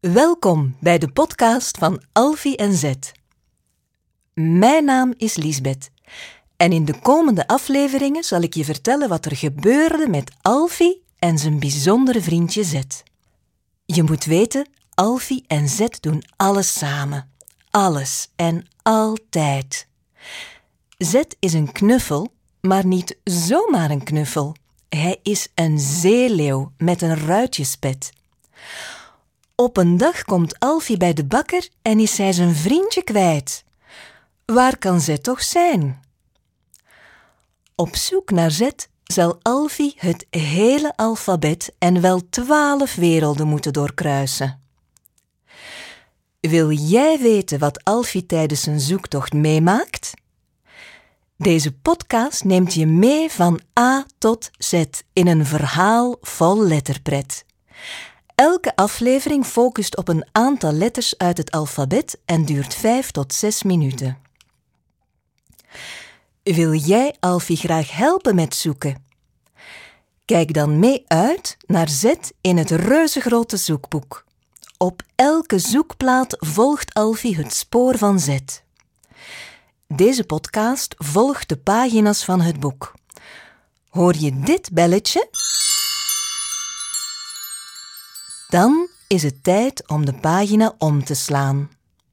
Welkom bij de podcast van Alfie en Zet. Mijn naam is Liesbeth en in de komende afleveringen zal ik je vertellen wat er gebeurde met Alfie en zijn bijzondere vriendje Zet. Je moet weten, Alfie en Zet doen alles samen. Alles en altijd. Zet is een knuffel, maar niet zomaar een knuffel. Hij is een zeeleeuw met een ruitjespet. Op een dag komt Alfie bij de bakker en is hij zijn vriendje kwijt. Waar kan Zet toch zijn? Op zoek naar Zet zal Alfie het hele alfabet en wel 12 werelden moeten doorkruisen. Wil jij weten wat Alfie tijdens zijn zoektocht meemaakt? Deze podcast neemt je mee van A tot Z in een verhaal vol letterpret. Elke aflevering focust op een aantal letters uit het alfabet en duurt 5 tot 6 minuten. Wil jij Alfie graag helpen met zoeken? Kijk dan mee uit naar Z in het reuzegrote zoekboek. Op elke zoekplaat volgt Alfie het spoor van Z. Deze podcast volgt de pagina's van het boek. Hoor je dit belletje? Dan is het tijd om de pagina om te slaan.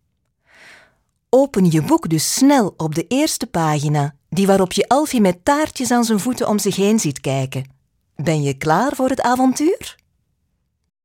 Open je boek dus snel op de eerste pagina, die waarop je Alfie met taartjes aan zijn voeten om zich heen ziet kijken. Ben je klaar voor het avontuur?